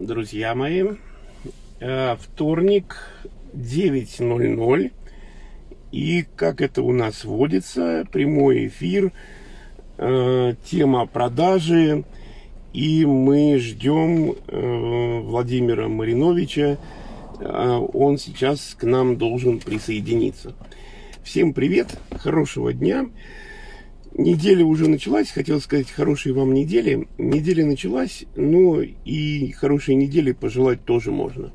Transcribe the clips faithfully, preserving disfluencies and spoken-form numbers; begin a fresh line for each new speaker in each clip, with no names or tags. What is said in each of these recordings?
друзья мои. Вторник, девять ноль ноль. И как это у нас водится, прямой эфир, тема продажи. И мы ждем Владимира Мариновича. Он сейчас к нам должен присоединиться. Всем привет, хорошего дня. Неделя уже началась, хотел сказать, хорошей вам недели. Неделя началась, но и хорошей недели пожелать тоже можно.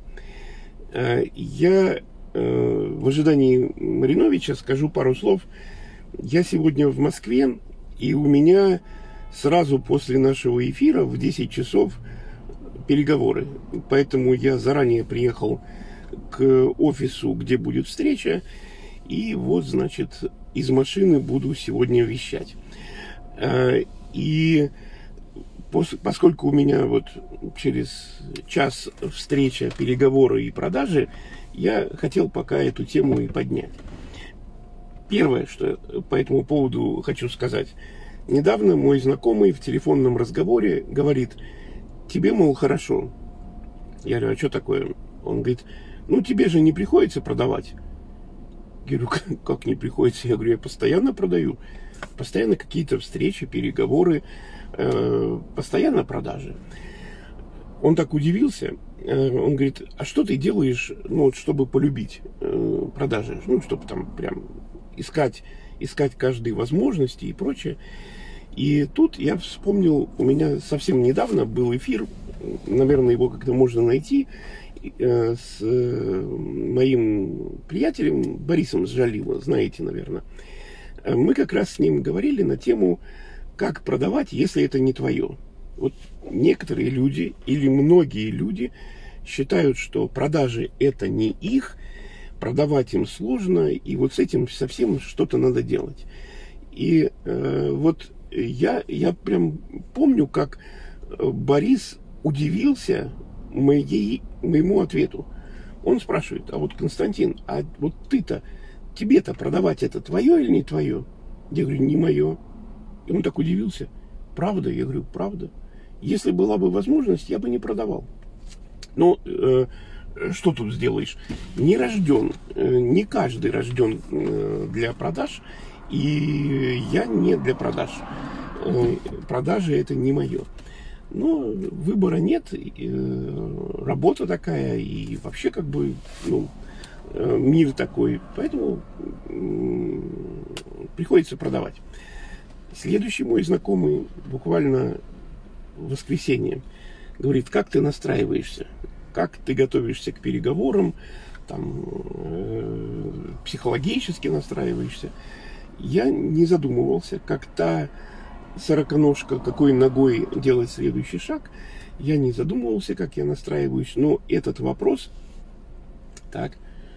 Я в ожидании Мариновича скажу пару слов. Я сегодня в Москве, и у меня сразу после нашего эфира в десять часов переговоры. Поэтому я заранее приехал к офису, где будет встреча. И вот, значит, из машины буду сегодня вещать. И поскольку у меня вот через час встреча, переговоры и продажи, я хотел пока эту тему и поднять. Первое, что по этому поводу хочу сказать. Недавно мой знакомый в телефонном разговоре говорит: тебе, мол, хорошо. Я говорю: а что такое? Он говорит: ну тебе же не приходится продавать. Я говорю: как, как не приходится? Я говорю: я постоянно продаю. Постоянно какие-то встречи, переговоры, э, постоянно продажи. Он так удивился. Э, он говорит: а что ты делаешь, ну, вот, чтобы полюбить э, продажи? Ну, чтобы там прям искать, искать каждые возможности и прочее. И тут я вспомнил, у меня совсем недавно был эфир, наверное, его как-то можно найти, с моим приятелем Борисом Сжалило, знаете, наверное. Мы как раз с ним говорили на тему, как продавать, если это не твое. Вот некоторые люди или многие люди считают, что продажи это не их, продавать им сложно, и вот с этим совсем что-то надо делать. И э, вот я, я прям помню, как Борис удивился моей, моему ответу. Он спрашивает: а вот, Константин, а вот ты-то, тебе-то продавать это твое или не твое? Я говорю: не мое. И он так удивился: правда? Я говорю: правда. Если была бы возможность, я бы не продавал. Ну, э, что тут сделаешь? Не рожден, э, не каждый рожден э, для продаж, и я не для продаж. Э, продажи это не мое. Но выбора нет, работа такая, и вообще как бы, ну, мир такой, поэтому приходится продавать. Следующий мой знакомый буквально в воскресенье говорит: как ты настраиваешься, как ты готовишься к переговорам, там, э, психологически настраиваешься. Я не задумывался, как та сороконожка, какой ногой делать следующий шаг. Я не задумывался, как я настраиваюсь, но этот вопрос, так,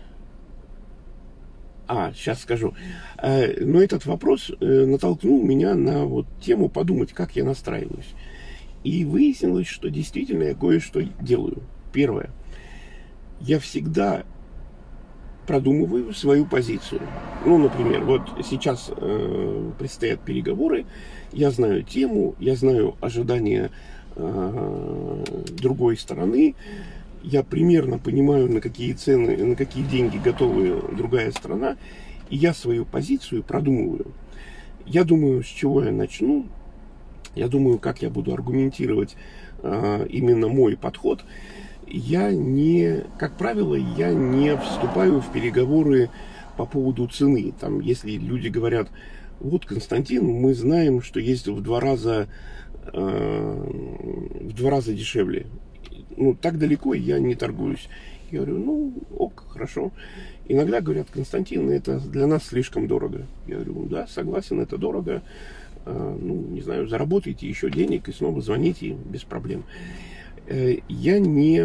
а, сейчас скажу, но этот вопрос натолкнул меня на вот тему подумать, как я настраиваюсь. И выяснилось, что действительно я кое-что делаю. Первое. Я всегда продумываю свою позицию. Ну, например, вот сейчас э, предстоят переговоры, я знаю тему, я знаю ожидания э, другой стороны, я примерно понимаю, на какие цены, на какие деньги готовы другая сторона, и я свою позицию продумываю. Я думаю, с чего я начну, я думаю, как я буду аргументировать э, именно мой подход. Я не, как правило, я не вступаю в переговоры по поводу цены. Там, если люди говорят: вот, Константин, мы знаем, что есть в два раза, э, в два раза дешевле. Ну, так далеко я не торгуюсь. Я говорю: ну, ок, хорошо. Иногда говорят: Константин, это для нас слишком дорого. Я говорю: да, согласен, это дорого. Э, ну, не знаю, заработайте еще денег и снова звоните, без проблем. Я не,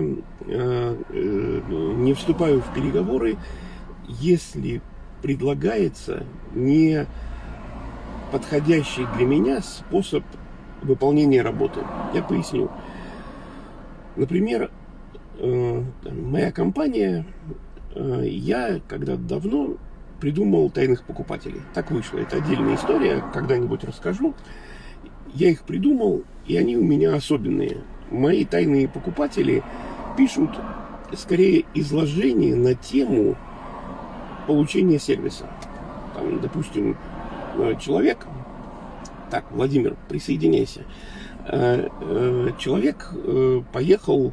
не вступаю в переговоры, если предлагается не подходящий для меня способ выполнения работы. Я поясню. Например, моя компания, я когда-то давно придумал тайных покупателей. Так вышло. Это отдельная история, когда-нибудь расскажу. Я их придумал, и они у меня особенные. мои тайные покупатели пишут скорее изложение на тему получения сервиса. Там, допустим, человек, так, Владимир, присоединяйся. Человек поехал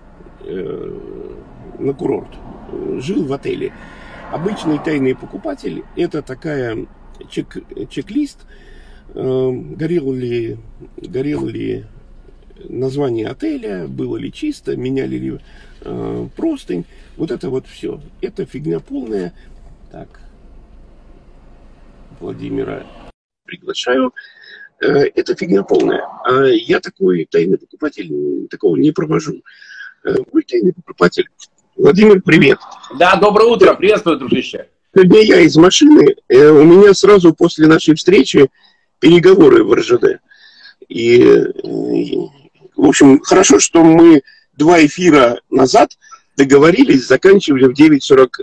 на курорт, жил в отеле. Обычный тайный покупатель – это такая чек, чек-лист, горел ли, горел ли название отеля, было ли чисто, меняли ли э, простынь. Вот это вот все. Это фигня полная. Так, Владимира приглашаю. Э, это фигня полная. А я такой тайный покупатель, такого не провожу. Э, мой тайный покупатель. Владимир, привет.
Да, доброе утро. Приветствую, дружище.
Сегодня я из машины. Э, у меня сразу после нашей встречи переговоры в эр жэ дэ. И, и, в общем, хорошо, что мы два эфира назад договорились, заканчивали в девять сорок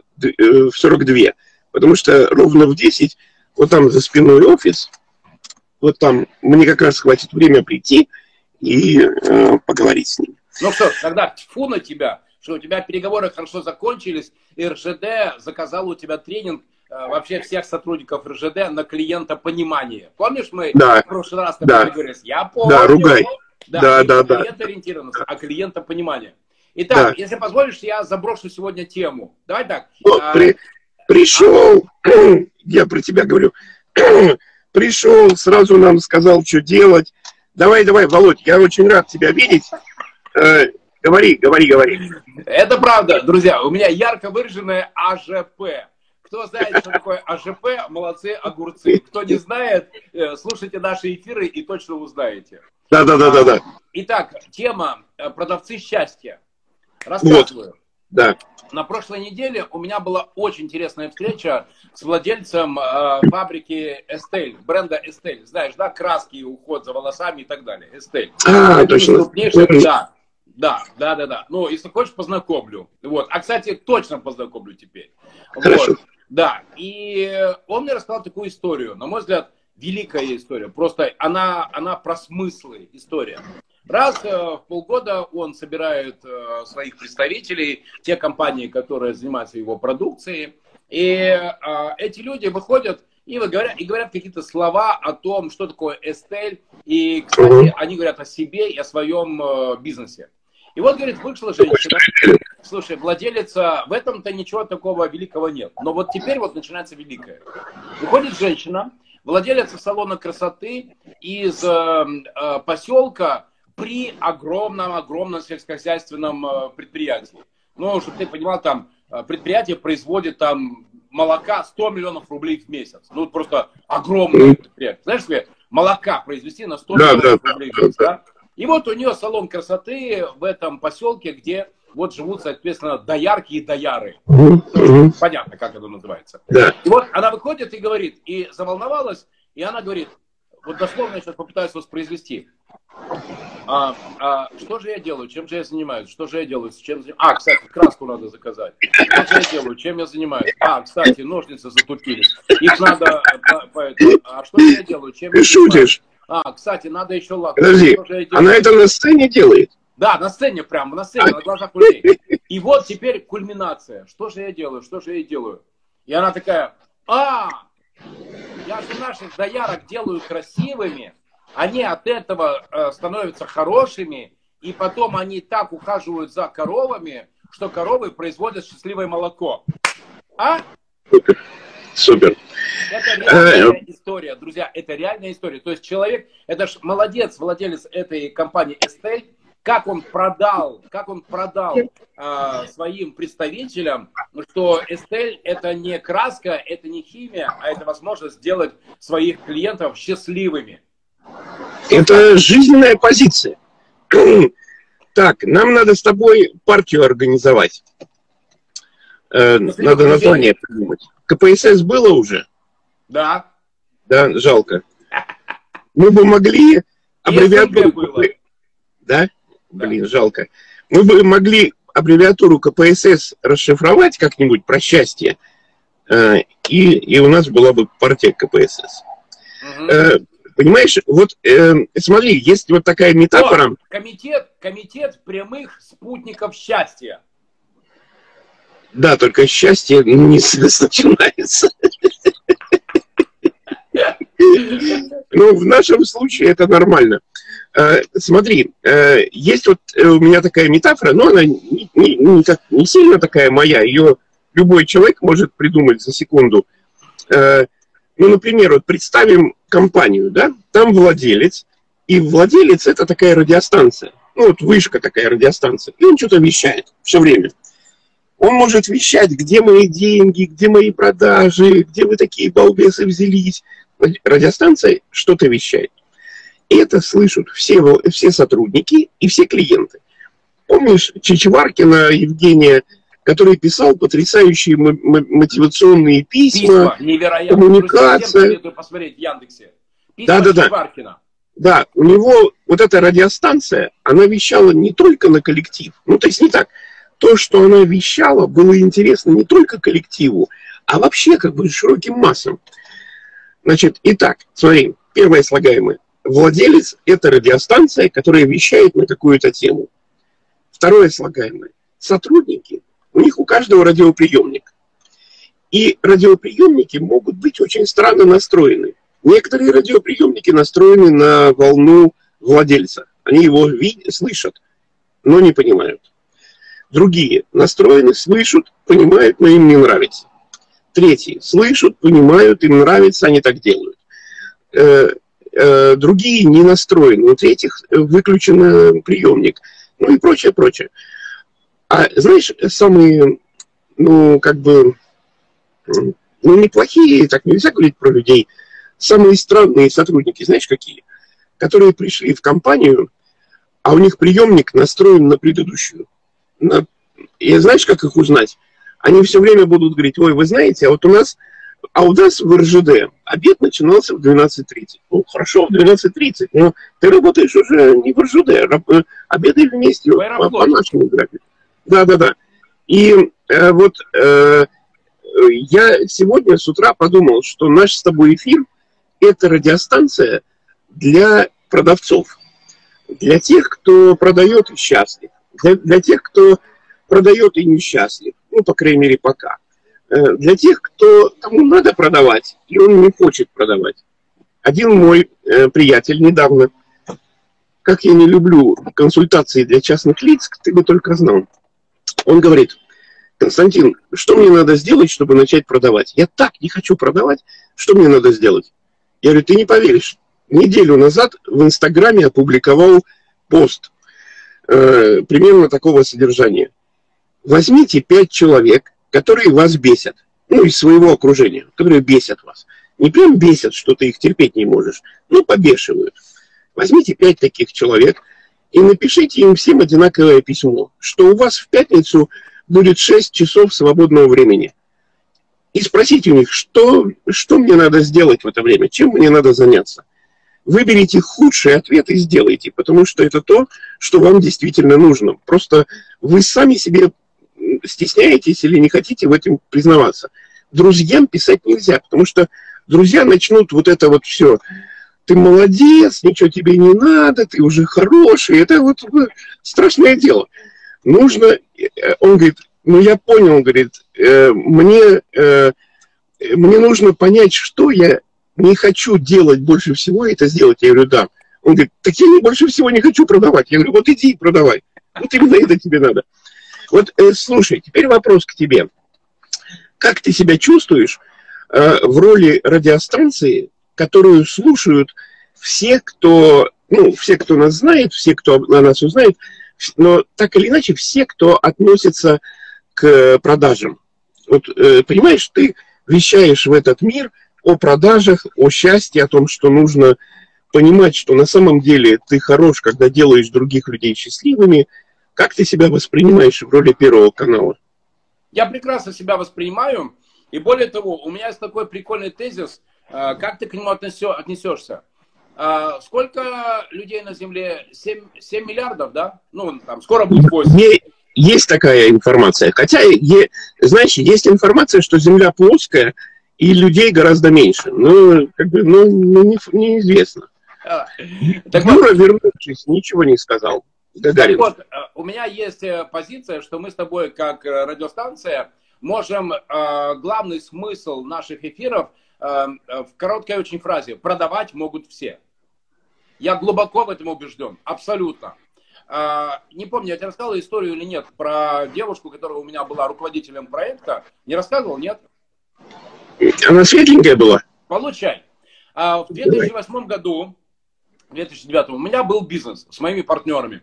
два. Потому что ровно в десять, вот там за спиной офис, вот там мне как раз хватит время прийти и э, поговорить с ним.
Ну что, тогда тьфу на тебя, что у тебя переговоры хорошо закончились, и эр жэ дэ заказал у тебя тренинг вообще всех сотрудников эр жэ дэ на клиентопонимание. Помнишь, мы
да,
в прошлый раз
да,
говорили? Я помню.
Да, ругай.
Да,
да, да, да.
Клиентоориентированность, а клиентопонимание. Итак, да. Если позволишь, я заброшу сегодня тему. Давай так.
Ну,
а...
при, пришел, я про тебя говорю, пришел, сразу нам сказал, что делать. Давай, давай, Володь, я очень рад тебя видеть. Э, говори, говори, говори.
Это правда, друзья, у меня ярко выраженное а жэ пэ. Кто знает, что такое а жэ пэ, молодцы, огурцы. Кто не знает, слушайте наши эфиры и точно узнаете.
Да, да, да, да, да.
Итак, тема продавцы счастья. Рассказываю.
Вот. Да.
На прошлой неделе у меня была очень интересная встреча с владельцем э, фабрики Estelle, бренда Estelle. Знаешь, да, краски, уход за волосами и так далее. Estelle.
А, точно.
Да, да, да, да, да. Ну, если хочешь, познакомлю. Вот. А, кстати, точно познакомлю теперь.
Хорошо.
Вот. Да. И он мне рассказал такую историю. На мой взгляд, великая история. Просто она, она про смыслы история. Раз э, в полгода он собирает э, своих представителей, те компании, которые занимаются его продукцией. И э, эти люди выходят и говорят, и говорят какие-то слова о том, что такое Estelle. И, кстати, они говорят о себе и о своем э, бизнесе. И вот, говорит, вышла женщина. Слушай, владелица, в этом-то ничего такого великого нет. Но вот теперь вот начинается великое. Выходит женщина, владелица салона красоты из э, э, поселка при огромном-огромном сельскохозяйственном э, предприятии. Ну, чтобы ты понимал, там э, предприятие производит там молока сто миллионов рублей в месяц. Ну, просто огромное предприятие. Знаешь, себе молока произвести на сто
да,
миллионов
да,
рублей в месяц, да? И вот у нее салон красоты в этом поселке, где вот живут, соответственно, доярки и дояры.
Mm-hmm.
Понятно, как это называется.
Yeah.
И вот она выходит и говорит, и заволновалась, и она говорит, вот дословно я сейчас попытаюсь воспроизвести. А, а, что же я делаю, чем же я занимаюсь, что же я делаю, с чем занимаюсь? А, кстати, краску надо заказать. Что же я делаю, чем я занимаюсь? А, кстати, ножницы затупились. Их надо... А что же я делаю, чем
Ты
я занимаюсь?
Шутишь?
А, кстати, надо еще лак.
Подожди, она это на сцене делает?
Да, на сцене прямо, на сцене, на глазах людей. И вот теперь кульминация. Что же я делаю, что же я делаю? И она такая, а, я же наших доярок делаю красивыми, они от этого э, становятся хорошими, и потом они так ухаживают за коровами, что коровы производят счастливое молоко. А?
Супер. Супер.
Это реальная история, друзья, это реальная история. То есть человек, это ж молодец, владелец этой компании Estelle, как он продал, как он продал э, своим представителям, что Estelle это не краска, это не химия, а это возможность сделать своих клиентов счастливыми.
Это жизненная позиция. Так, нам надо с тобой партию организовать. Э, надо название придумать. ка пэ эс эс было уже?
Да.
Да, жалко. Мы бы могли аббревиатуру... Да? Блин, жалко. Мы бы могли аббревиатуру ка пэ эс эс расшифровать как-нибудь про счастье, э, и, и у нас была бы партия ка пэ эс эс. Угу. Э, Понимаешь, вот э, смотри, есть вот такая метафора.
О, комитет, комитет прямых спутников счастья.
Да, только счастье не начинается. Ну, в нашем случае это нормально. Смотри, есть вот у меня такая метафора, но она не, не, не, так, не сильно такая моя, ее любой человек может придумать за секунду. Ну, например, вот представим компанию, да, там владелец, и владелец это такая радиостанция, ну, вот вышка такая радиостанция, и он что-то вещает все время. Он может вещать, где мои деньги, где мои продажи, где вы такие балбесы взялись. Радиостанция что-то вещает. И это слышат все, все сотрудники и все клиенты. Помнишь Чичеваркина Евгения, который писал потрясающие мотивационные письма,
письма
коммуникация.
Посмотреть в Яндексе.
Да, да, да. Да, у него вот эта радиостанция, она вещала не только на коллектив. Ну, то есть не так. То, что она вещала, было интересно не только коллективу, а вообще как бы широким массам. Значит, итак, смотри, первое слагаемое. Владелец – это радиостанция, которая вещает на какую-то тему. Второе слагаемое. Сотрудники, у них у каждого радиоприемник. И радиоприемники могут быть очень странно настроены. Некоторые радиоприемники настроены на волну владельца. Они его видят, слышат, но не понимают. Другие настроены, слышат, понимают, но им не нравится. Третьи слышат, понимают, им нравится, они так делают. Э, э, другие не настроены. У третьих выключен приемник. Ну и прочее, прочее. А знаешь, самые, ну, как бы, ну, неплохие, так нельзя говорить про людей, самые странные сотрудники, знаешь, какие? Которые пришли в компанию, а у них приемник настроен на предыдущую. На... И знаешь, как их узнать? Они все время будут говорить: ой, вы знаете, а вот у нас, а у нас в эр жэ дэ обед начинался в двенадцать тридцать. Ну, хорошо, в двенадцать тридцать, но ты работаешь уже не в эр жэ дэ, обедаешь вместе по, по нашему графику. Да, да, да. И э, вот э, я сегодня с утра подумал, что наш с тобой эфир – это радиостанция для продавцов, для тех, кто продает и счастлив, для, для тех, кто продает и несчастлив, ну, по крайней мере, пока. Э, для тех, кто, кому надо продавать, и он не хочет продавать. Один мой э, приятель недавно, как я не люблю консультации для частных лиц, ты бы только знал. Он говорит: Константин, что мне надо сделать, чтобы начать продавать? Я так не хочу продавать, что мне надо сделать? Я говорю: ты не поверишь. Неделю назад в Инстаграме опубликовал пост э, примерно такого содержания. Возьмите пять человек, которые вас бесят, ну, из своего окружения, которые бесят вас. Не прям бесят, что ты их терпеть не можешь, но побешивают. Возьмите пять таких человек и напишите им всем одинаковое письмо, что у вас в пятницу будет шесть часов свободного времени. И спросите у них, что, что мне надо сделать в это время, чем мне надо заняться. Выберите худший ответ и сделайте, потому что это то, что вам действительно нужно. Просто вы сами себе стесняетесь или не хотите в этом признаваться. Друзьям писать нельзя, потому что друзья начнут вот это вот все. Ты молодец, ничего тебе не надо, ты уже хороший. Это вот страшное дело. Нужно, он говорит, ну я понял, говорит, мне, мне нужно понять, что я не хочу делать больше всего, это сделать. Я говорю: да. Он говорит: так я больше всего не хочу продавать. Я говорю: вот иди и продавай. Вот именно это тебе надо. Вот слушай, теперь вопрос к тебе. Как ты себя чувствуешь в роли радиостанции, которую слушают все, кто, ну, все, кто нас знает, все, кто на нас узнает, но так или иначе все, кто относится к продажам. Вот, понимаешь, ты вещаешь в этот мир о продажах, о счастье, о том, что нужно понимать, что на самом деле ты хорош, когда делаешь других людей счастливыми. Как ты себя воспринимаешь в роли Первого канала?
Я прекрасно себя воспринимаю. И более того, у меня есть такой прикольный тезис. Как ты к нему отнесешься? Сколько людей на Земле? семь, семь миллиардов, да? Ну, там скоро будет восемь.
Есть такая информация. Хотя, знаешь, есть информация, что Земля плоская, и людей гораздо меньше. Ну, как бы, ну, ну не, неизвестно.
А, так
Юра,
вот,
вернувшись, ничего не сказал. Гагарин.
так вот, у меня есть позиция, что мы с тобой, как радиостанция, можем э, главный смысл наших эфиров э, в короткой очень фразе: продавать могут все. Я глубоко в этом убежден, абсолютно. Э, не помню, я тебе рассказывал историю или нет про девушку, которая у меня была руководителем проекта. Не рассказывал, нет?
Она светленькая была?
Получай. Э, в две тысячи восьмом году, в две тысячи девятом, у меня был бизнес с моими партнерами.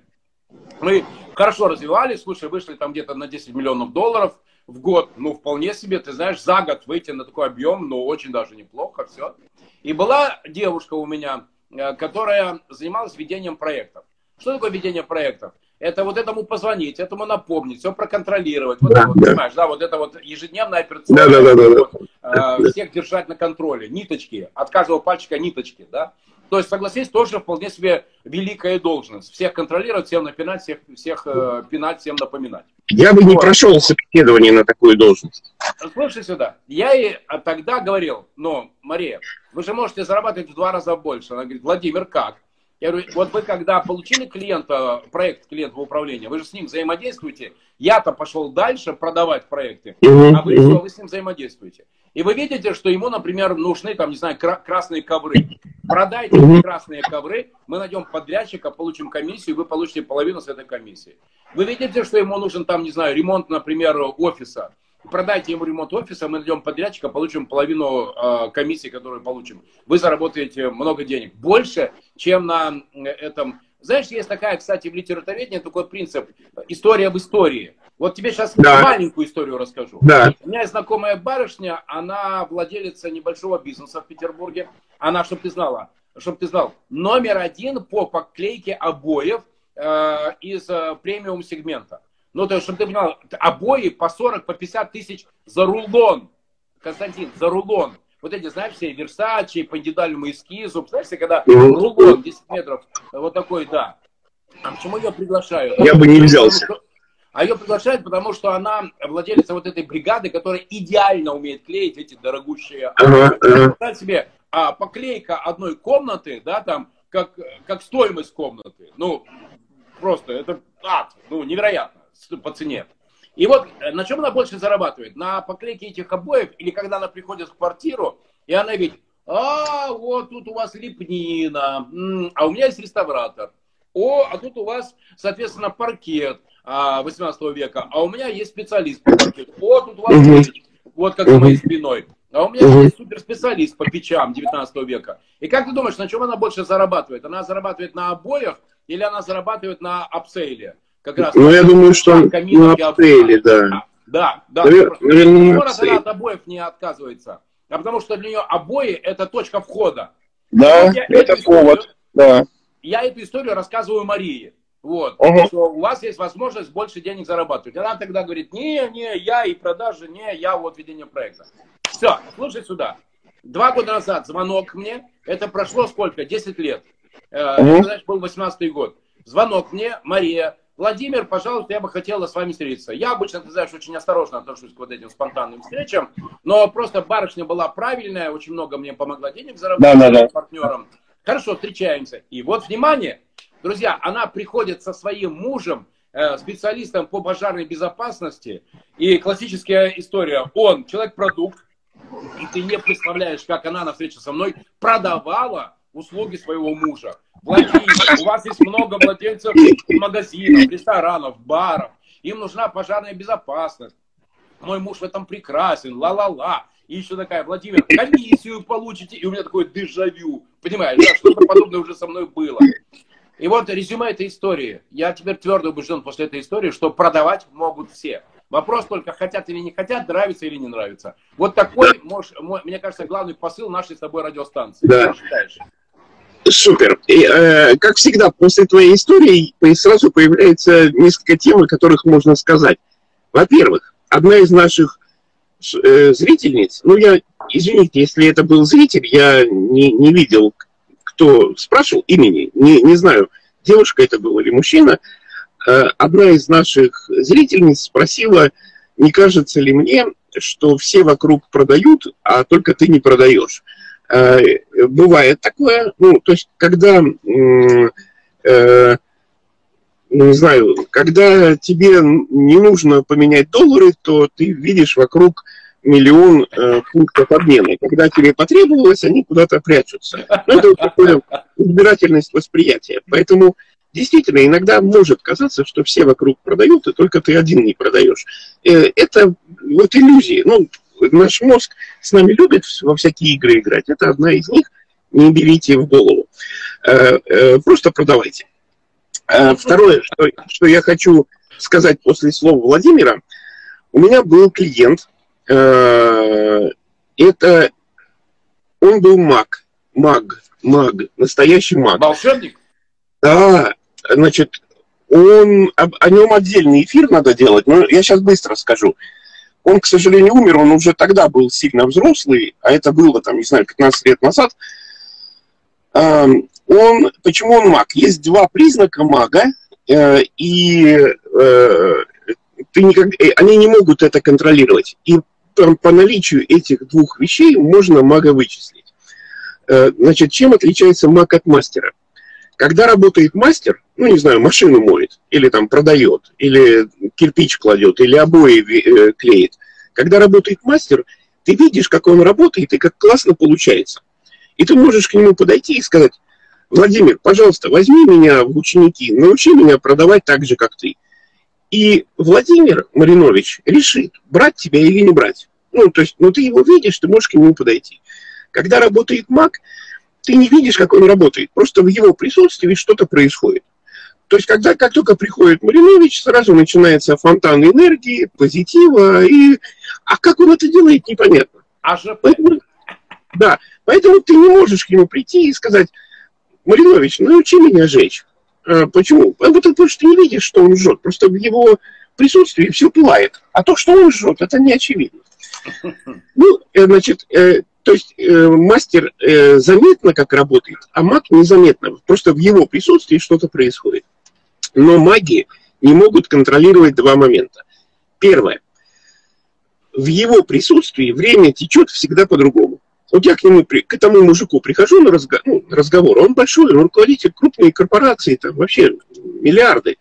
Мы хорошо развивались, слушай, вышли там где-то на десять миллионов долларов в год. Ну, вполне себе, ты знаешь, за год выйти на такой объем, ну, очень даже неплохо, все. И была девушка у меня, которая занималась ведением проектов. Что такое ведение проектов? Это вот этому позвонить, этому напомнить, все проконтролировать. Вот
да,
это вот,
да.
понимаешь, да, вот это вот ежедневная операционная,
да, да, да, да,
вот,
да.
э, всех держать на контроле, ниточки, от каждого пальчика ниточки, да. То есть, согласись, тоже вполне себе великая должность. Всех контролировать, всем напинать, всех, всех э, пинать, всем напоминать.
Я бы
вот.
не прошел собеседование на такую должность.
Слушай сюда, я ей тогда говорил: ну, Мария, вы же можете зарабатывать в два раза больше. Она говорит: Владимир, как? Я говорю: вот вы когда получили клиента, проект клиентского управления, вы же с ним взаимодействуете. Я-то пошел дальше продавать проекты,
Uh-huh,
а вы
uh-huh.
все, вы с ним взаимодействуете. И вы видите, что ему, например, нужны, там, не знаю, кра- красные ковры. Продайте uh-huh. красные ковры, мы найдем подрядчика, получим комиссию, вы получите половину с этой комиссии. Вы видите, что ему нужен, там, не знаю, ремонт, например, офиса. Продайте ему ремонт офиса, мы найдем подрядчика, получим половину э, комиссии, которую получим. Вы заработаете много денег. Больше, чем на этом. Знаешь, есть такая, кстати, в литературоведении такой принцип: история в истории. Вот тебе сейчас да. маленькую историю расскажу.
Да.
У меня есть знакомая барышня, она владелица небольшого бизнеса в Петербурге. Она, чтобы ты знала, чтобы ты знал, номер один по поклейке обоев э, из э, премиум сегмента. Ну, то есть, чтобы ты понимал, обои по сорок, по пятьдесят тысяч за рулон. Константин, за рулон. Вот эти, знаешь, все Версачи, по индивидуальному эскизу. Знаешь, когда рулон десять метров, вот такой, да. А почему ее приглашают?
Я бы не взялся.
А ее приглашают, потому что она владелица вот этой бригады, которая идеально умеет клеить эти дорогущие.
Ага, ага.
Представь себе, а, поклейка одной комнаты, да, там, как, как стоимость комнаты. Ну, просто это ад, ну, невероятно по цене. И вот на чем она больше зарабатывает? На поклейке этих обоев, или когда она приходит в квартиру, и она видит: а, вот тут у вас лепнина, а у меня есть реставратор. О, а тут у вас, соответственно, паркет восемнадцатого века, а у меня есть специалист по паркету. О, тут у вас
Uh-huh.
печь, вот как за моей спиной. А у меня uh-huh. есть суперспециалист по печам девятнадцатого века. И как ты думаешь, на чем она больше зарабатывает? Она зарабатывает на обоях или она зарабатывает на апсейле? Как раз
ну, я думаю, что на апсейле, да.
Да, да.
Наверное,
Почему она от обоев не отказывается? А потому что для нее обои – это точка входа.
Да, это повод, да.
Я эту историю рассказываю Марии. Вот,
uh-huh.
что у вас есть возможность больше денег зарабатывать. Она тогда говорит: не, не, я и продажи, не, я вот ведение проекта. Все, слушай сюда. Два года назад звонок мне, это прошло сколько? десять лет. Uh-huh. Это, значит, был восемнадцатый год. Звонок мне: Мария, Владимир, пожалуйста, я бы хотела с вами встретиться. Я обычно, ты знаешь, очень осторожно отношусь к вот этим спонтанным встречам, но просто барышня была правильная, очень много мне помогла денег заработать, да, да, да. партнерам. Хорошо, встречаемся. И вот, внимание, друзья, она приходит со своим мужем, э, специалистом по пожарной безопасности. И классическая история. Он человек-продукт, и ты не представляешь, как она на встрече со мной продавала услуги своего мужа. Владимир, у вас есть много владельцев магазинов, ресторанов, баров. Им нужна пожарная безопасность. Мой муж в этом прекрасен, ла-ла-ла. И еще такая: Владимир, комиссию получите. И у меня такое дежавю. Понимаешь, да, что-то подобное уже со мной было. И вот резюме этой истории. Я теперь твердо убежден после этой истории, что продавать могут все. Вопрос только, хотят или не хотят, нравится или не нравится. Вот такой, может, мой, мне кажется, главный посыл нашей с тобой радиостанции.
Да. Супер. И, э, как всегда, после твоей истории сразу появляется несколько тем, о которых можно сказать. Во-первых, одна из наших э, зрительниц, ну я, извините, если это был зритель, я не, не видел, кто спрашивал имени, не, не знаю, девушка это была или мужчина, э, одна из наших зрительниц спросила, не кажется ли мне, что все вокруг продают, а только ты не продаешь. Бывает такое, ну, то есть, когда, э, не знаю, когда тебе не нужно поменять доллары, то ты видишь вокруг миллион э, пунктов обмена. Когда тебе потребовалось, они куда-то прячутся. Ну, это такая избирательность восприятия. Поэтому действительно иногда может казаться, что все вокруг продают, и только ты один не продаешь. Э, это вот иллюзии. Ну, наш мозг с нами любит во всякие игры играть. Это одна из них. Не берите в голову. Э, э, просто продавайте. Э, второе, что, что я хочу сказать после слов Владимира. У меня был клиент. Это он был маг, маг, маг, настоящий маг.
Волшебник?
Да, значит, он, о, о нем отдельный эфир надо делать, но я сейчас быстро скажу. Он, к сожалению, умер, он уже тогда был сильно взрослый, а это было, там, не знаю, пятнадцать лет назад. Он, почему он маг? Есть два признака мага, и ты никак, они не могут это контролировать. И по наличию этих двух вещей можно мага вычислить. Значит, чем отличается маг от мастера? Когда работает мастер, ну, не знаю, машину моет, или там продает, или кирпич кладет, или обои клеит. Когда работает мастер, ты видишь, как он работает и как классно получается. И ты можешь к нему подойти и сказать: Владимир, пожалуйста, возьми меня в ученики, научи меня продавать так же, как ты. И Владимир Маринович решит, брать тебя или не брать. Ну, то есть, ну, ты его видишь, ты можешь к нему подойти. Когда работает маг, ты не видишь, как он работает. Просто в его присутствии что-то происходит. То есть, когда, как только приходит Маринович, сразу начинается фонтан энергии, позитива. И... А как он это делает, непонятно. Поэтому, да, поэтому ты не можешь к нему прийти и сказать: Маринович, научи меня жечь. Почему? Потому что ты не видишь, что он жжет. Просто в его присутствии все пылает. А то, что он жжет, это не очевидно. Ну, значит, э, то есть э, мастер э, заметно, как работает, а маг незаметно. Просто в его присутствии что-то происходит. Но маги не могут контролировать два момента. Первое. В его присутствии время течет всегда по-другому. Вот я к нему, к этому мужику прихожу на разговор, ну, разговор, он большой, он руководитель крупной корпорации, там вообще миллиарды.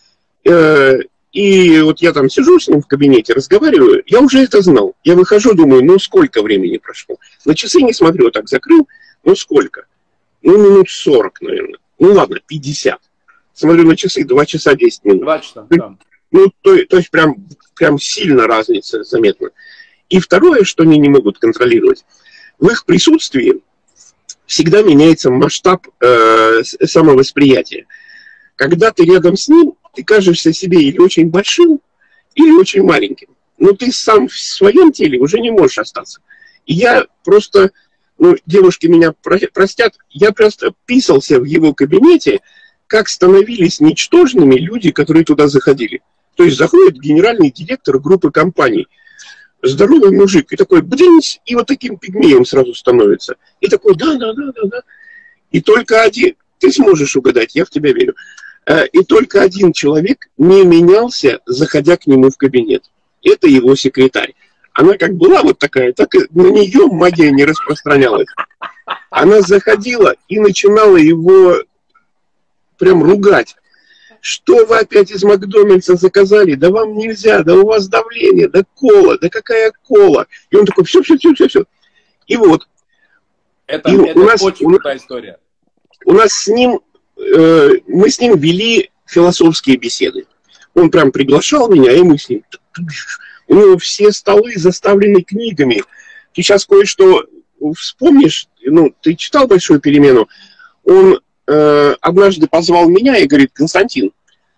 И вот я там сижу с ним в кабинете, разговариваю, я уже это знал. Я выхожу, думаю, ну сколько времени прошло. На часы не смотрю, так закрыл, ну сколько? Ну минут сорок, наверное. Ну ладно, пятьдесят. Смотрю на часы, два часа десять минут.
два часа, да.
Ну, то, то есть прям, прям сильно разница заметна. И второе, что они не могут контролировать, в их присутствии всегда меняется масштаб э, самовосприятия. Когда ты рядом с ним, ты кажешься себе или очень большим, или очень маленьким. Но ты сам в своем теле уже не можешь остаться. И я просто, ну, девушки меня простят, я просто писался в его кабинете, как становились ничтожными люди, которые туда заходили. То есть заходит генеральный директор группы компаний, здоровый мужик, и такой, блин, и вот таким пигмеем сразу становится. И такой, да, да, да, да, да. И только один, ты сможешь угадать, я в тебя верю. И только один человек не менялся, заходя к нему в кабинет. Это его секретарь. Она как была вот такая, так и на нее магия не распространялась. Она заходила и начинала его прям ругать. Что вы опять из Макдональдса заказали? Да вам нельзя, да у вас давление, да кола, да какая кола? И он такой, все, все, все, все, все. И вот.
Это,
и
это
у нас,
очень крутая история.
У нас с ним, э, мы с ним вели философские беседы. Он прям приглашал меня, и мы с ним. У него все столы заставлены книгами. Ты сейчас кое-что вспомнишь, ну, ты читал «Большую перемену», он э, однажды позвал меня и говорит: Константин,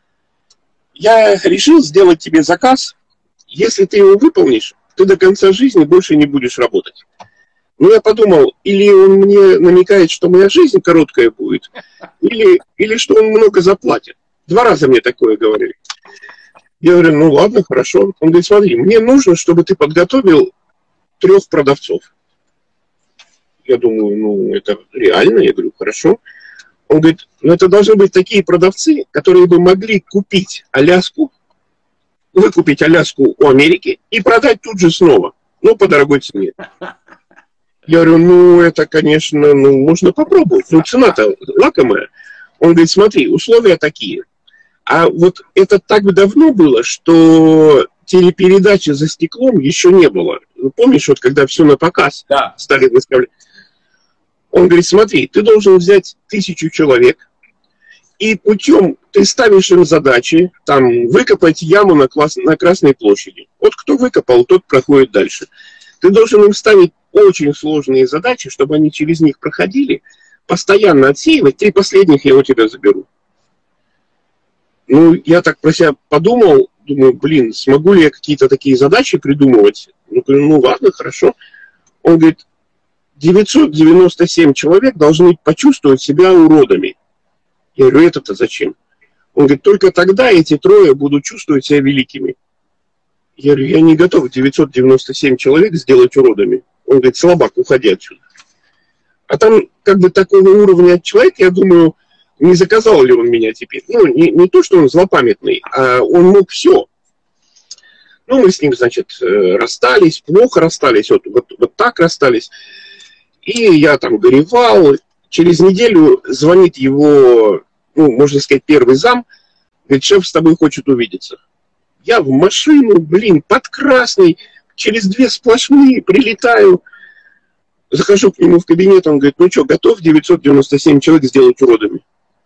я решил сделать тебе заказ, если ты его выполнишь, ты до конца жизни больше не будешь работать. Ну, я подумал, или он мне намекает, что моя жизнь короткая будет, или, или что он много заплатит. Два раза мне такое говорили. Я говорю, ну ладно, хорошо. Он говорит, смотри, мне нужно, чтобы ты подготовил трех продавцов. Я думаю, ну это реально. Я говорю, хорошо. Он говорит, ну это должны быть такие продавцы, которые бы могли купить Аляску выкупить Аляску у Америки и продать тут же снова, ну, по дорогой цене. Я говорю, ну, это, конечно, ну, можно попробовать. Ну, цена-то лакомая. Он говорит, смотри, условия такие. А вот это так давно было, что телепередачи за стеклом еще не было. Ну, помнишь, вот когда все на показ
да.
стали выставлять? Он говорит, смотри, ты должен взять тысячу человек, и путем ты ставишь им задачи, там, выкопать яму на, класс, на Красной площади. Вот кто выкопал, тот проходит дальше. Ты должен им ставить очень сложные задачи, чтобы они через них проходили, постоянно отсеивать. Три последних я у тебя заберу. Ну, я так про себя подумал, думаю, блин, смогу ли я какие-то такие задачи придумывать? Ну, говорю, ну ладно, хорошо. Он говорит, девятьсот девяносто семь человек должны почувствовать себя уродами. Я говорю, это-то зачем? Он говорит, только тогда эти трое будут чувствовать себя великими. Я говорю, я не готов девятьсот девяносто семь человек сделать уродами. Он говорит, слабак, уходи отсюда. А там как бы такого уровня человек, я думаю, не заказал ли он меня теперь. Ну, не, не то, что он злопамятный, а он мог все. Ну, мы с ним, значит, расстались, плохо расстались, вот, вот, вот так расстались. И я там горевал. Через неделю звонит его, ну, можно сказать, первый зам. Говорит, шеф с тобой хочет увидеться. Я в машину, блин, под красный, через две сплошные прилетаю. Захожу к нему в кабинет, он говорит, ну что, готов девятьсот девяносто семь человек сделать уродами?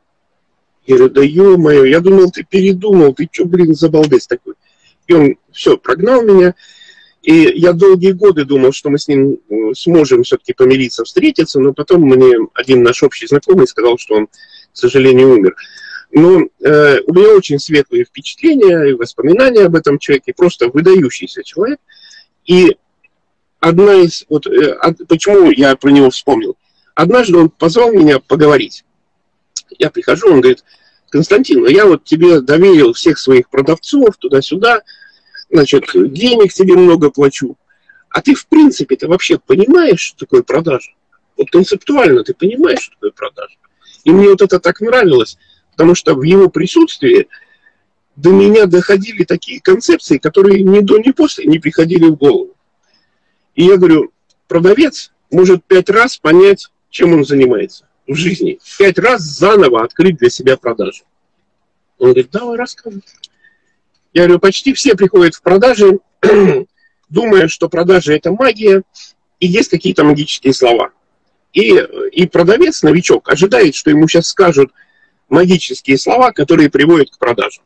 Я говорю, да ё-моё, я думал, ты передумал, ты что, блин, за балбес такой? И он все, прогнал меня. И я долгие годы думал, что мы с ним сможем все-таки помириться, встретиться, но потом мне один наш общий знакомый сказал, что он, к сожалению, умер. Но э, у меня очень светлые впечатления и воспоминания об этом человеке, просто выдающийся человек. И одна из... Вот, э, от, почему я про него вспомнил? Однажды он позвал меня поговорить. Я прихожу, он говорит, Константин, я вот тебе доверил всех своих продавцов туда-сюда, значит, денег тебе много плачу. А ты, в принципе, ты вообще понимаешь, что такое продажа? Вот концептуально ты понимаешь, что такое продажа? И мне вот это так нравилось, потому что в его присутствии до меня доходили такие концепции, которые ни до, ни после не приходили в голову. И я говорю, продавец может пять раз понять, чем он занимается в жизни. Пять раз заново открыть для себя продажу. Он говорит, давай рассказывай. Я говорю, почти все приходят в продажи, думая, что продажи – это магия, и есть какие-то магические слова. И, и продавец, новичок, ожидает, что ему сейчас скажут магические слова, которые приводят к продажам.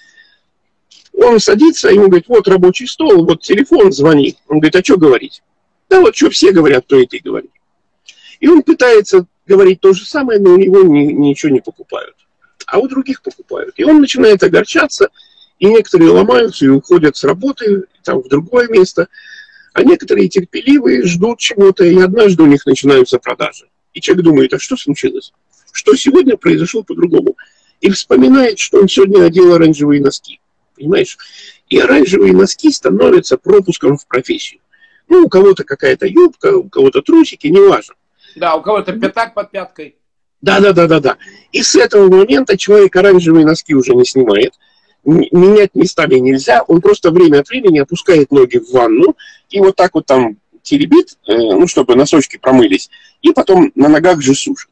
Он садится, ему говорит, вот рабочий стол, вот телефон, звони. Он говорит, а что говорить? Да вот что все говорят, то и ты говори. И он пытается говорить то же самое, но у него ни, ничего не покупают. А у других покупают. И он начинает огорчаться, и некоторые ломаются и уходят с работы там, в другое место. А некоторые терпеливые ждут чего-то, и однажды у них начинаются продажи. И человек думает, а что случилось? Что сегодня произошло по-другому? И вспоминает, что он сегодня одел оранжевые носки. Понимаешь? И оранжевые носки становятся пропуском в профессию. Ну, у кого-то какая-то юбка, у кого-то трусики, неважно.
Да, у кого-то пятак под пяткой.
Да-да-да-да-да. И с этого момента человек оранжевые носки уже не снимает. Менять местами нельзя, он просто время от времени опускает ноги в ванну и вот так вот там теребит, ну, чтобы носочки промылись, и потом на ногах же сушит.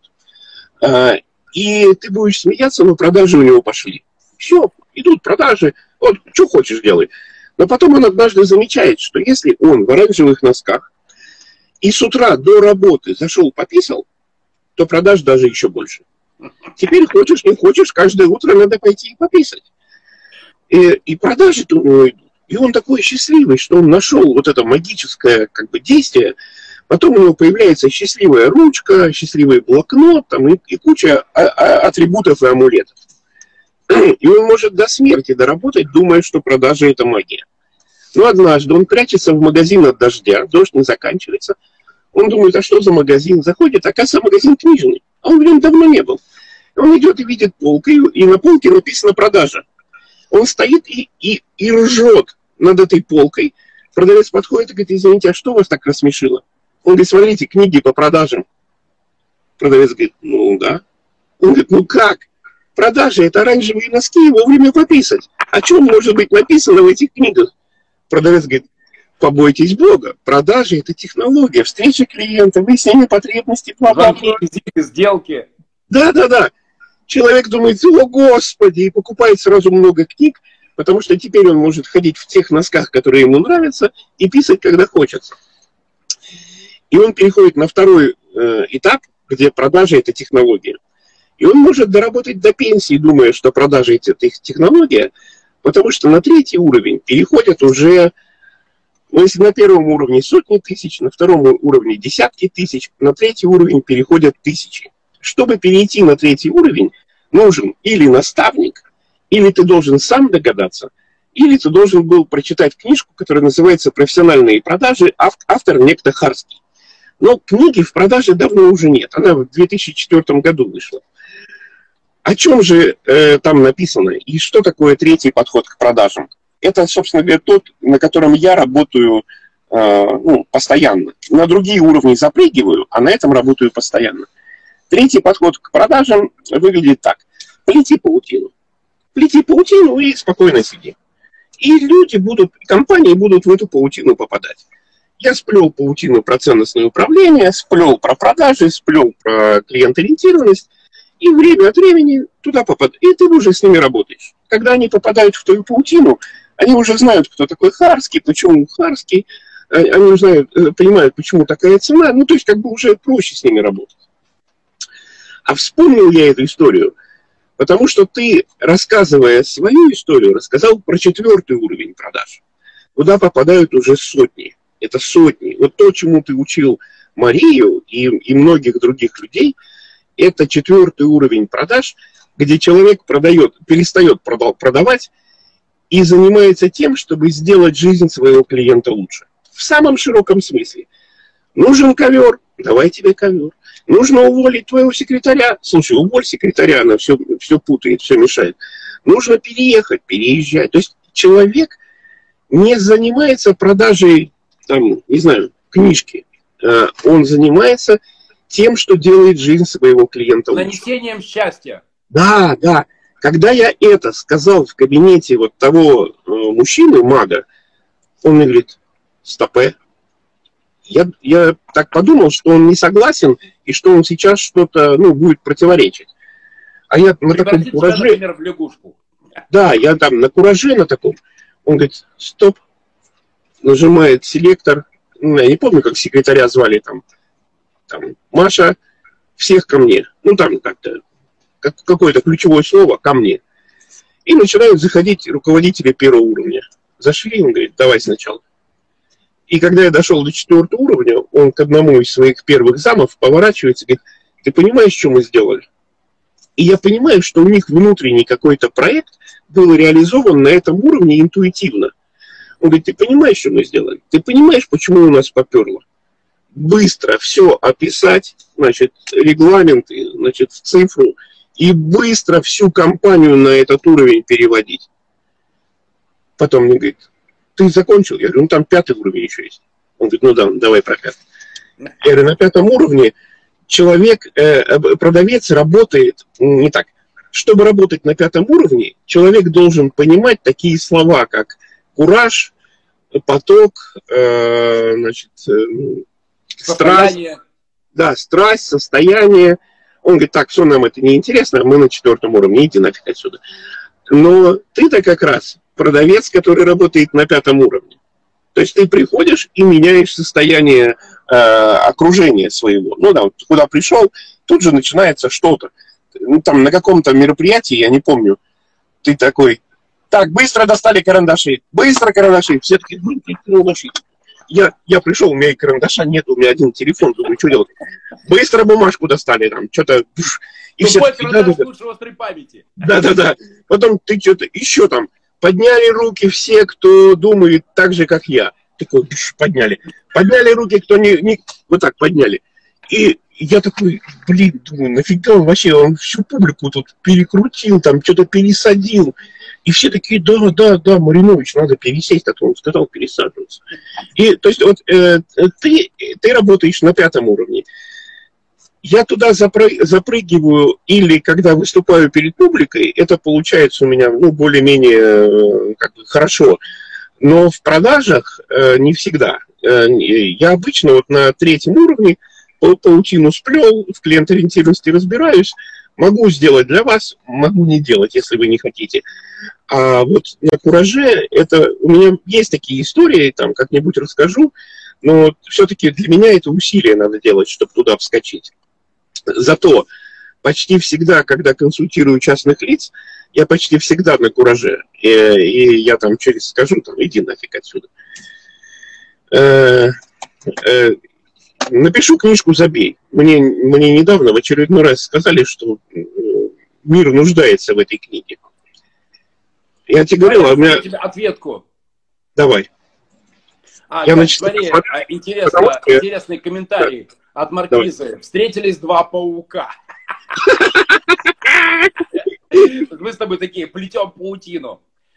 И ты будешь смеяться, но продажи у него пошли. Все, идут продажи, вот, что хочешь делай. Но потом он однажды замечает, что если он в оранжевых носках и с утра до работы зашел, пописал, то продаж даже еще больше. Теперь хочешь, не хочешь, каждое утро надо пойти и пописать. И, и продажи-то у него идут. И он такой счастливый, что он нашел вот это магическое как бы действие. Потом у него появляется счастливая ручка, счастливый блокнот там, и, и куча а, а, атрибутов и амулетов. И он может до смерти доработать, думая, что продажи – это магия. Но однажды он прячется в магазин от дождя, дождь не заканчивается. Он думает, а что за магазин? Заходит, оказывается, магазин книжный. А он в нем давно не был. Он идет и видит полку, и на полке написано «продажа». Он стоит и, и, и ржет над этой полкой. Продавец подходит и говорит, извините, а что вас так рассмешило? Он говорит, смотрите, книги по продажам. Продавец говорит, ну да. Он говорит, ну как? Продажи – это оранжевые носки, вовремя пописать. О чем может быть написано в этих книгах? Продавец говорит, побойтесь Бога. Продажи – это технология, встреча клиента, выяснение потребностей,
бла-бла-бла. Сделки.
Да-да-да. Человек думает, о, Господи, и покупает сразу много книг, потому что теперь он может ходить в тех носках, которые ему нравятся, и писать, когда хочется. И он переходит на второй э, этап, где продажи – это технология. И он может доработать до пенсии, думая, что продажи – это технология, потому что на третий уровень переходят уже, ну, если на первом уровне сотни тысяч, на втором уровне десятки тысяч, на третий уровень переходят тысячи. Чтобы перейти на третий уровень, нужен или наставник, или ты должен сам догадаться, или ты должен был прочитать книжку, которая называется «Профессиональные продажи», автор некто Харский. Но книги в продаже давно уже нет. Она в две тысячи четвёртом году вышла. О чем же э, там написано? И что такое третий подход к продажам? Это, собственно говоря, тот, на котором я работаю э, ну, постоянно. На другие уровни запрыгиваю, а на этом работаю постоянно. Третий подход к продажам выглядит так. Плети паутину. Плети паутину и спокойно сиди. И люди будут, компании будут в эту паутину попадать. Я сплел паутину про ценностное управление, сплел про продажи, сплел про клиент-ориентированность, и время от времени туда попадают. И ты уже с ними работаешь. Когда они попадают в твою паутину, они уже знают, кто такой Харский, почему Харский, они уже знают, понимают, почему такая цена, ну, то есть как бы уже проще с ними работать. А вспомнил я эту историю, потому что ты, рассказывая свою историю, рассказал про четвертый уровень продаж. Куда попадают уже сотни. Это сотни. Вот то, чему ты учил Марию и, и многих других людей, это четвертый уровень продаж, где человек продает, перестает продавать и занимается тем, чтобы сделать жизнь своего клиента лучше. В самом широком смысле. Нужен ковер, давай тебе ковер. Нужно уволить твоего секретаря. Слушай, уволь секретаря, она все, все путает, все мешает. Нужно переехать, переезжать. То есть человек не занимается продажей, там, не знаю, книжки. Он занимается тем, что делает жизнь своего клиента лучше.
Нанесением счастья.
Да, да. Когда я это сказал в кабинете вот того э, мужчины, мага, он мне говорит, стопэ. Я, я так подумал, что он не согласен, и что он сейчас что-то, ну, будет противоречить. А я на таком кураже... Например, в лягушку. Да, я там на кураже на таком. Он говорит, стоп. Нажимает селектор. Ну, я не помню, как секретаря звали там. Там Маша, всех ко мне. Ну, там как-то как, какое-то ключевое слово ко мне. И начинают заходить руководители первого уровня. Зашли, он говорит, давай сначала. И когда я дошел до четвертого уровня, он к одному из своих первых замов поворачивается и говорит, ты понимаешь, что мы сделали? И я понимаю, что у них внутренний какой-то проект был реализован на этом уровне интуитивно. Он говорит, ты понимаешь, что мы сделали? Ты понимаешь, почему у нас поперло? Быстро все описать, значит, регламенты, значит, в цифру, и быстро всю компанию на этот уровень переводить. Потом мне говорит, ты закончил? Я говорю, ну там пятый уровень еще есть. Он говорит, ну да, давай про пятый. Я говорю, на пятом уровне человек, э, продавец работает не так. Чтобы работать на пятом уровне, человек должен понимать такие слова, как кураж, поток, э, значит, э, страсть, да, страсть, состояние. Он говорит, так, все, нам это не интересно, мы на четвертом уровне, иди нафиг отсюда. Но ты-то как раз продавец, который работает на пятом уровне. То есть ты приходишь и меняешь состояние э, окружения своего. Ну да, вот куда пришел, тут же начинается что-то. Ну там на каком-то мероприятии, я не помню, ты такой, так, быстро достали карандаши, быстро карандаши, все такие, ну, карандаши. Я, я пришел, у меня и карандаша нет, у меня один телефон, думаю, что делать? Быстро бумажку достали, там, что-то... И все такие, да, да, лучше острой памяти. Да-да-да. Потом ты что-то еще там, подняли руки все, кто думает так же, как я. Такой, подняли. Подняли руки, кто не, не... Вот так подняли. И я такой, блин, думаю, нафига он вообще, он всю публику тут перекрутил, там, что-то пересадил. И все такие, да, да, да, Маринович, надо пересесть, а то он сказал пересаживаться. И, то есть, вот, э, ты, ты работаешь на пятом уровне. я туда запры- запрыгиваю или когда выступаю перед публикой, это получается у меня, ну, более-менее как бы хорошо. Но в продажах э, не всегда. Э, я обычно вот на третьем уровне паутину сплел, в клиент-ориентированности разбираюсь, могу сделать для вас, могу не делать, если вы не хотите. А вот на кураже это у меня есть такие истории, там как-нибудь расскажу, но все-таки для меня это усилие надо делать, чтобы туда вскочить. Зато почти всегда, когда консультирую частных лиц, я почти всегда на кураже. И, и я там через скажу, там, иди нафиг отсюда. Э, э, напишу книжку «Забей». Мне, мне недавно в очередной раз сказали, что мир нуждается в этой книге. Я тебе говорил, а у меня...
тебе ответку.
Давай.
А,
я
да,
начну,
смотри,
посмотрю,
интересно,
что...
интересный комментарий да. от Маркизы. Давай. Встретились два паука. Мы с тобой такие плетем паутину.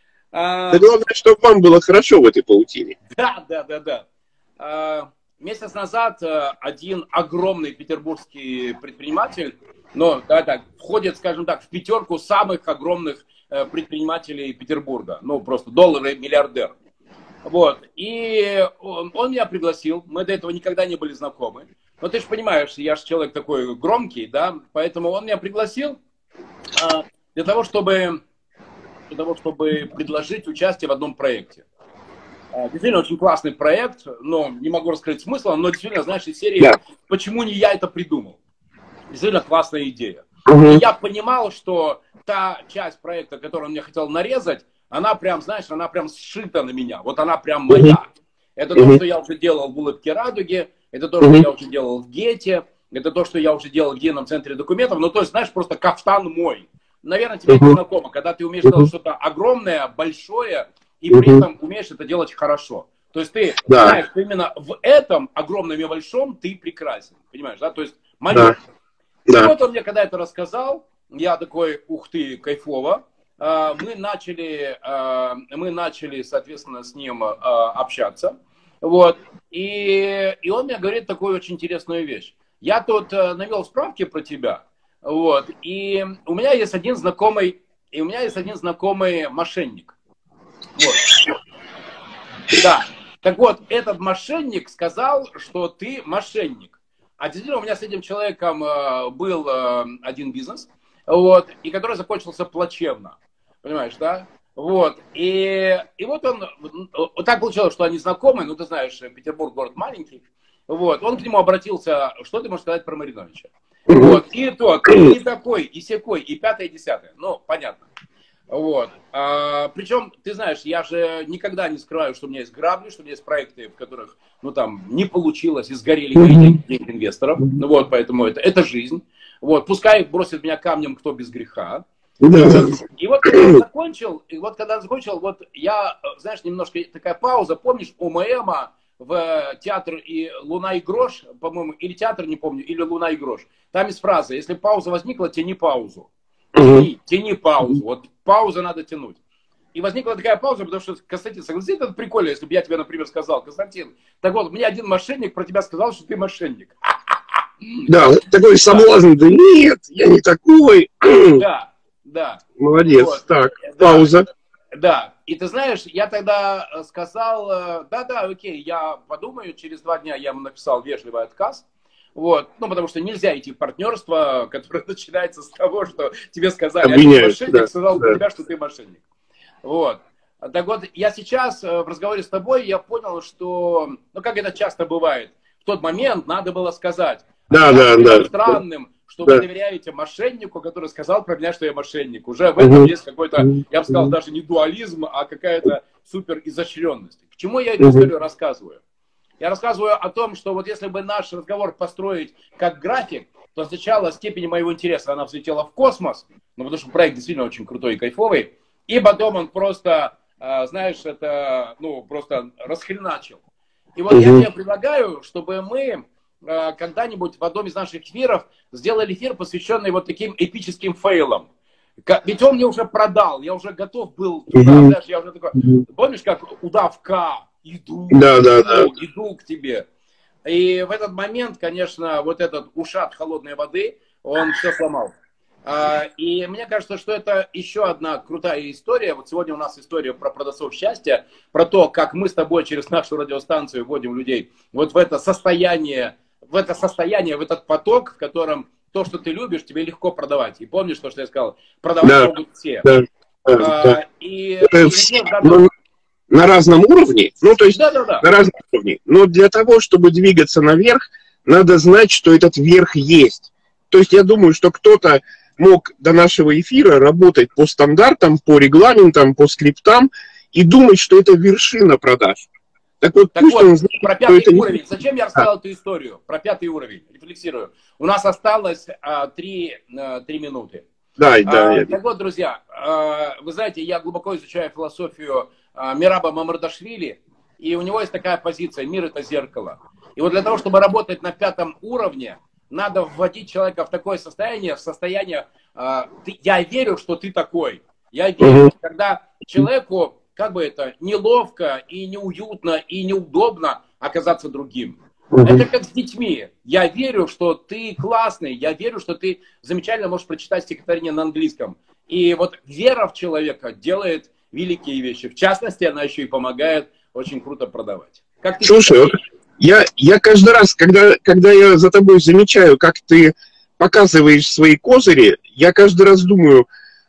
Да главное, чтобы вам было хорошо в этой паутине.
Да, да, да, да. Месяц назад один огромный петербургский предприниматель, ну, да, так, входит, скажем так, в пятерку самых огромных предпринимателей Петербурга. Ну, просто доллары миллиардер. Вот. И он, он меня пригласил. Мы до этого никогда не были знакомы. Но ты же понимаешь, я же человек такой громкий, да, поэтому он меня пригласил а, для того, чтобы, для того, чтобы предложить участие в одном проекте. А, действительно, очень классный проект, но не могу раскрыть смысл, но действительно, знаешь, из серии yeah. «Почему не я это придумал?» Действительно классная идея. Uh-huh. И я понимал, что та часть проекта, которую он мне хотел нарезать, она прям, знаешь, она прям сшита на меня. Вот она прям моя. Uh-huh. Это uh-huh. то, что я уже делал в «Улыбке радуги», это то, что uh-huh. я уже делал в Гете, это то, что я уже делал в едином центре документов. Ну, то есть, знаешь, просто кафтан мой. Наверное, тебе uh-huh. не знакомо, когда ты умеешь uh-huh. делать что-то огромное, большое, и uh-huh. при этом умеешь это делать хорошо. То есть ты да. знаешь, что именно в этом огромном и большом ты прекрасен. Понимаешь, да? То есть, мое. Да. И вот он мне когда это рассказал, я такой, ух ты, кайфово. Мы начали, мы начали, соответственно, с ним общаться. Вот. И, и он мне говорит такую очень интересную вещь. Я тут навел справки про тебя. Вот. И у меня есть один знакомый, и у меня есть один знакомый мошенник. Вот. Да. Так вот, этот мошенник сказал, что ты мошенник. А действительно, у меня с этим человеком был один бизнес, вот, и который закончился плачевно. Понимаешь, да? Вот. И, и вот он, вот так получилось, что они знакомы, ну, ты знаешь, Петербург город маленький. Вот. Он к нему обратился, что ты можешь сказать про Мариновича? Вот. И тот, и такой, и сякой, и пятое, и десятое. Ну, понятно. Вот. А, причем, ты знаешь, я же никогда не скрываю, что у меня есть грабли, что у меня есть проекты, в которых, ну, там, не получилось, и сгорели деньги, деньги инвесторов. Ну, вот, поэтому это, это жизнь. Вот. Пускай бросит меня камнем, кто без греха. Да. И вот когда он закончил, и вот когда он закончил, вот я, знаешь, немножко такая пауза, помнишь, у ММа в театр и «Луна и грош», по-моему, или театр, не помню, или «Луна и грош», там есть фраза: если пауза возникла, тяни паузу. Тяни, тяни паузу. Вот паузу надо тянуть. И возникла такая пауза, потому что, Константин, согласись, это прикольно, если бы я тебе, например, сказал: Константин, так вот, мне один мошенник про тебя сказал, что ты мошенник.
Да, такой соблазн, да нет, я не такой.
Да. Да.
Молодец. Вот. Так,
да.
Пауза.
Да. И ты знаешь, я тогда сказал, да-да, окей, я подумаю, через два дня я ему написал вежливый отказ. Вот. Ну, потому что нельзя идти в партнерство, которое начинается с того, что тебе сказали, а ты мошенник, да, сказал да. про тебя, что ты мошенник. Вот. Так вот, я сейчас в разговоре с тобой, я понял, что, ну, как это часто бывает, в тот момент надо было сказать.
Да, да, да.
Странным, что да. вы доверяете мошеннику, который сказал про меня, что я мошенник. Уже в этом uh-huh. есть какой-то, я бы сказал, даже не дуализм, а какая-то супер изощренность. К чему я эту uh-huh. историю рассказываю? Я рассказываю о том, что вот если бы наш разговор построить как график, то сначала степень моего интереса, она взлетела в космос, ну потому что проект действительно очень крутой и кайфовый, и потом он просто, знаешь, это, ну, просто расхреначил. И вот uh-huh. я тебе предлагаю, чтобы мы когда-нибудь в одном из наших эфиров сделали эфир, посвященный вот таким эпическим фейлам. Ведь он мне уже продал, я уже готов был туда, mm-hmm. знаешь, я уже такой, помнишь, как удавка, иду,
да, да,
иду,
да.
иду к тебе. И в этот момент, конечно, вот этот ушат холодной воды, он все сломал. И мне кажется, что это еще одна крутая история. Вот сегодня у нас история про продавцов счастья, про то, как мы с тобой через нашу радиостанцию вводим людей вот в это состояние, в это состояние, в этот поток, в котором то, что ты любишь, тебе легко продавать. И помнишь то, что я сказал? Продавать да, могут все. Да, да, а, да. И,
и все ну, на разном уровне. Ну, то есть да, да, да. на разном уровне. Но для того, чтобы двигаться наверх, надо знать, что этот верх есть. То есть я думаю, что кто-то мог до нашего эфира работать по стандартам, по регламентам, по скриптам и думать, что это вершина продаж. Так вот,
так вот он знает, про пятый уровень. Не... Зачем я рассказал а. эту историю? Про пятый уровень. Рефлексирую. У нас осталось а, три, а, три минуты.
Да, да.
А,
я...
Так вот, друзья, а, вы знаете, я глубоко изучаю философию а, Мираба Мамардашвили, и у него есть такая позиция: мир — это зеркало. И вот для того, чтобы работать на пятом уровне, надо вводить человека в такое состояние, в состояние, э, ты, я верю, что ты такой. Я верю, uh-huh. когда человеку, как бы это, неловко и неуютно и неудобно оказаться другим. Uh-huh. Это как с детьми. Я верю, что ты классный, я верю, что ты замечательно можешь прочитать стихотворение на английском. И вот вера в человека делает великие вещи. В частности, она еще и помогает очень круто продавать. Как ты
Слушай, Я, я каждый раз, когда, когда я за тобой замечаю, как ты показываешь свои козыри, я каждый раз думаю,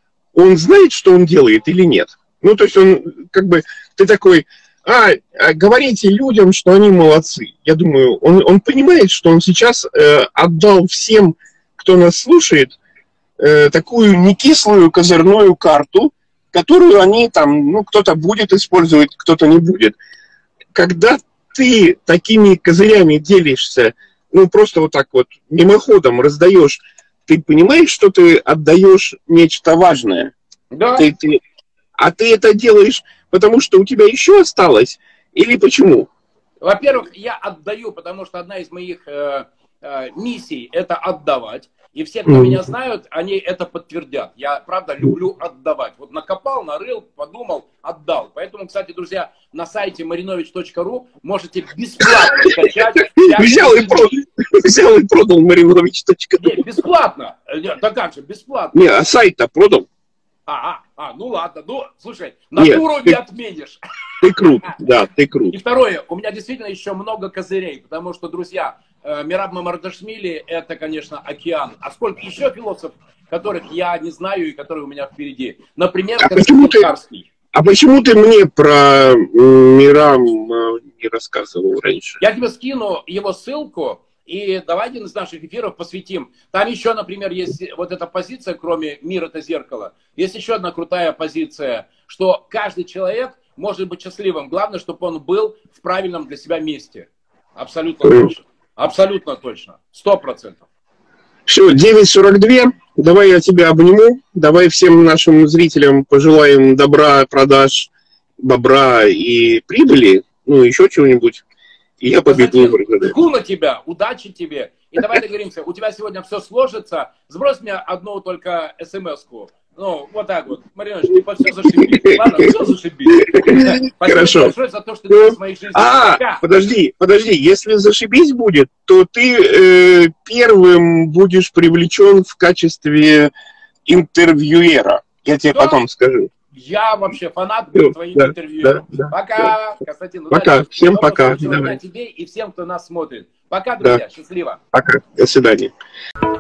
он знает, что он делает или нет. Ну, то есть он, как бы, ты такой, а, говорите людям, что они молодцы. Я думаю, он, он понимает, что он сейчас э, отдал всем, кто нас слушает, э, такую некислую козырную карту, которую они там, ну, кто-то будет использовать, кто-то не будет. Когда ты такими козырями делишься, ну, просто вот так вот мимоходом раздаешь, ты понимаешь, что ты отдаешь нечто важное?
Да.
Ты, ты, а ты это делаешь, потому что у тебя еще осталось? Или почему?
Во-первых, я отдаю, потому что одна из моих э, э, миссий – это отдавать. И все, кто mm. меня знают, они это подтвердят. Я, правда, люблю отдавать. Вот накопал, нарыл, подумал, отдал. Поэтому, кстати, друзья, на сайте marinovich точка ру можете бесплатно скачать.
Взял и продал, взял и продал marinovich точка ру.
Не, бесплатно. Да как же, бесплатно.
Не, а сайт-то продал.
А, а, а, ну ладно. Ну, слушай, натуру не отменишь.
Ты крут, да, ты крут.
И второе, у меня действительно еще много козырей, потому что, друзья, Мираб Мамардашвили – это, конечно, океан. А сколько еще философов, которых я не знаю и которые у меня впереди? Например,
а почему, ты, а почему ты мне про Мирам не рассказывал раньше?
Я тебе скину его ссылку, и давай один из наших эфиров посвятим. Там еще, например, есть вот эта позиция, кроме «Мир – это зеркало». Есть еще одна крутая позиция, что каждый человек может быть счастливым. Главное, чтобы он был в правильном для себя месте. Абсолютно точно. Абсолютно точно. Сто процентов.
Все, девять сорок два. Давай я тебя обниму. Давай всем нашим зрителям пожелаем добра, продаж, бобра и прибыли. Ну, еще чего-нибудь. И я побегу.
Жгу на тебя. Удачи тебе. И давай договоримся. У тебя сегодня все сложится. Сбрось мне одну только смс-ку. Ну, вот так вот. Маринович, ты под все зашибись. Ладно, все зашибись.
Хорошо.
Большое за то, что ты в моей жизни.
А, Пока. подожди, подожди. Если зашибись будет, то ты э, первым будешь привлечен в качестве интервьюера. Я тебе Что? потом скажу.
Я вообще фанат был твоих да, интервью. Да, пока, да. Константин.
Пока.
Удачи.
Всем Доброго пока.
Давай. Тебе и всем, кто нас смотрит. Пока, друзья. Да. Счастливо.
Пока. До свидания.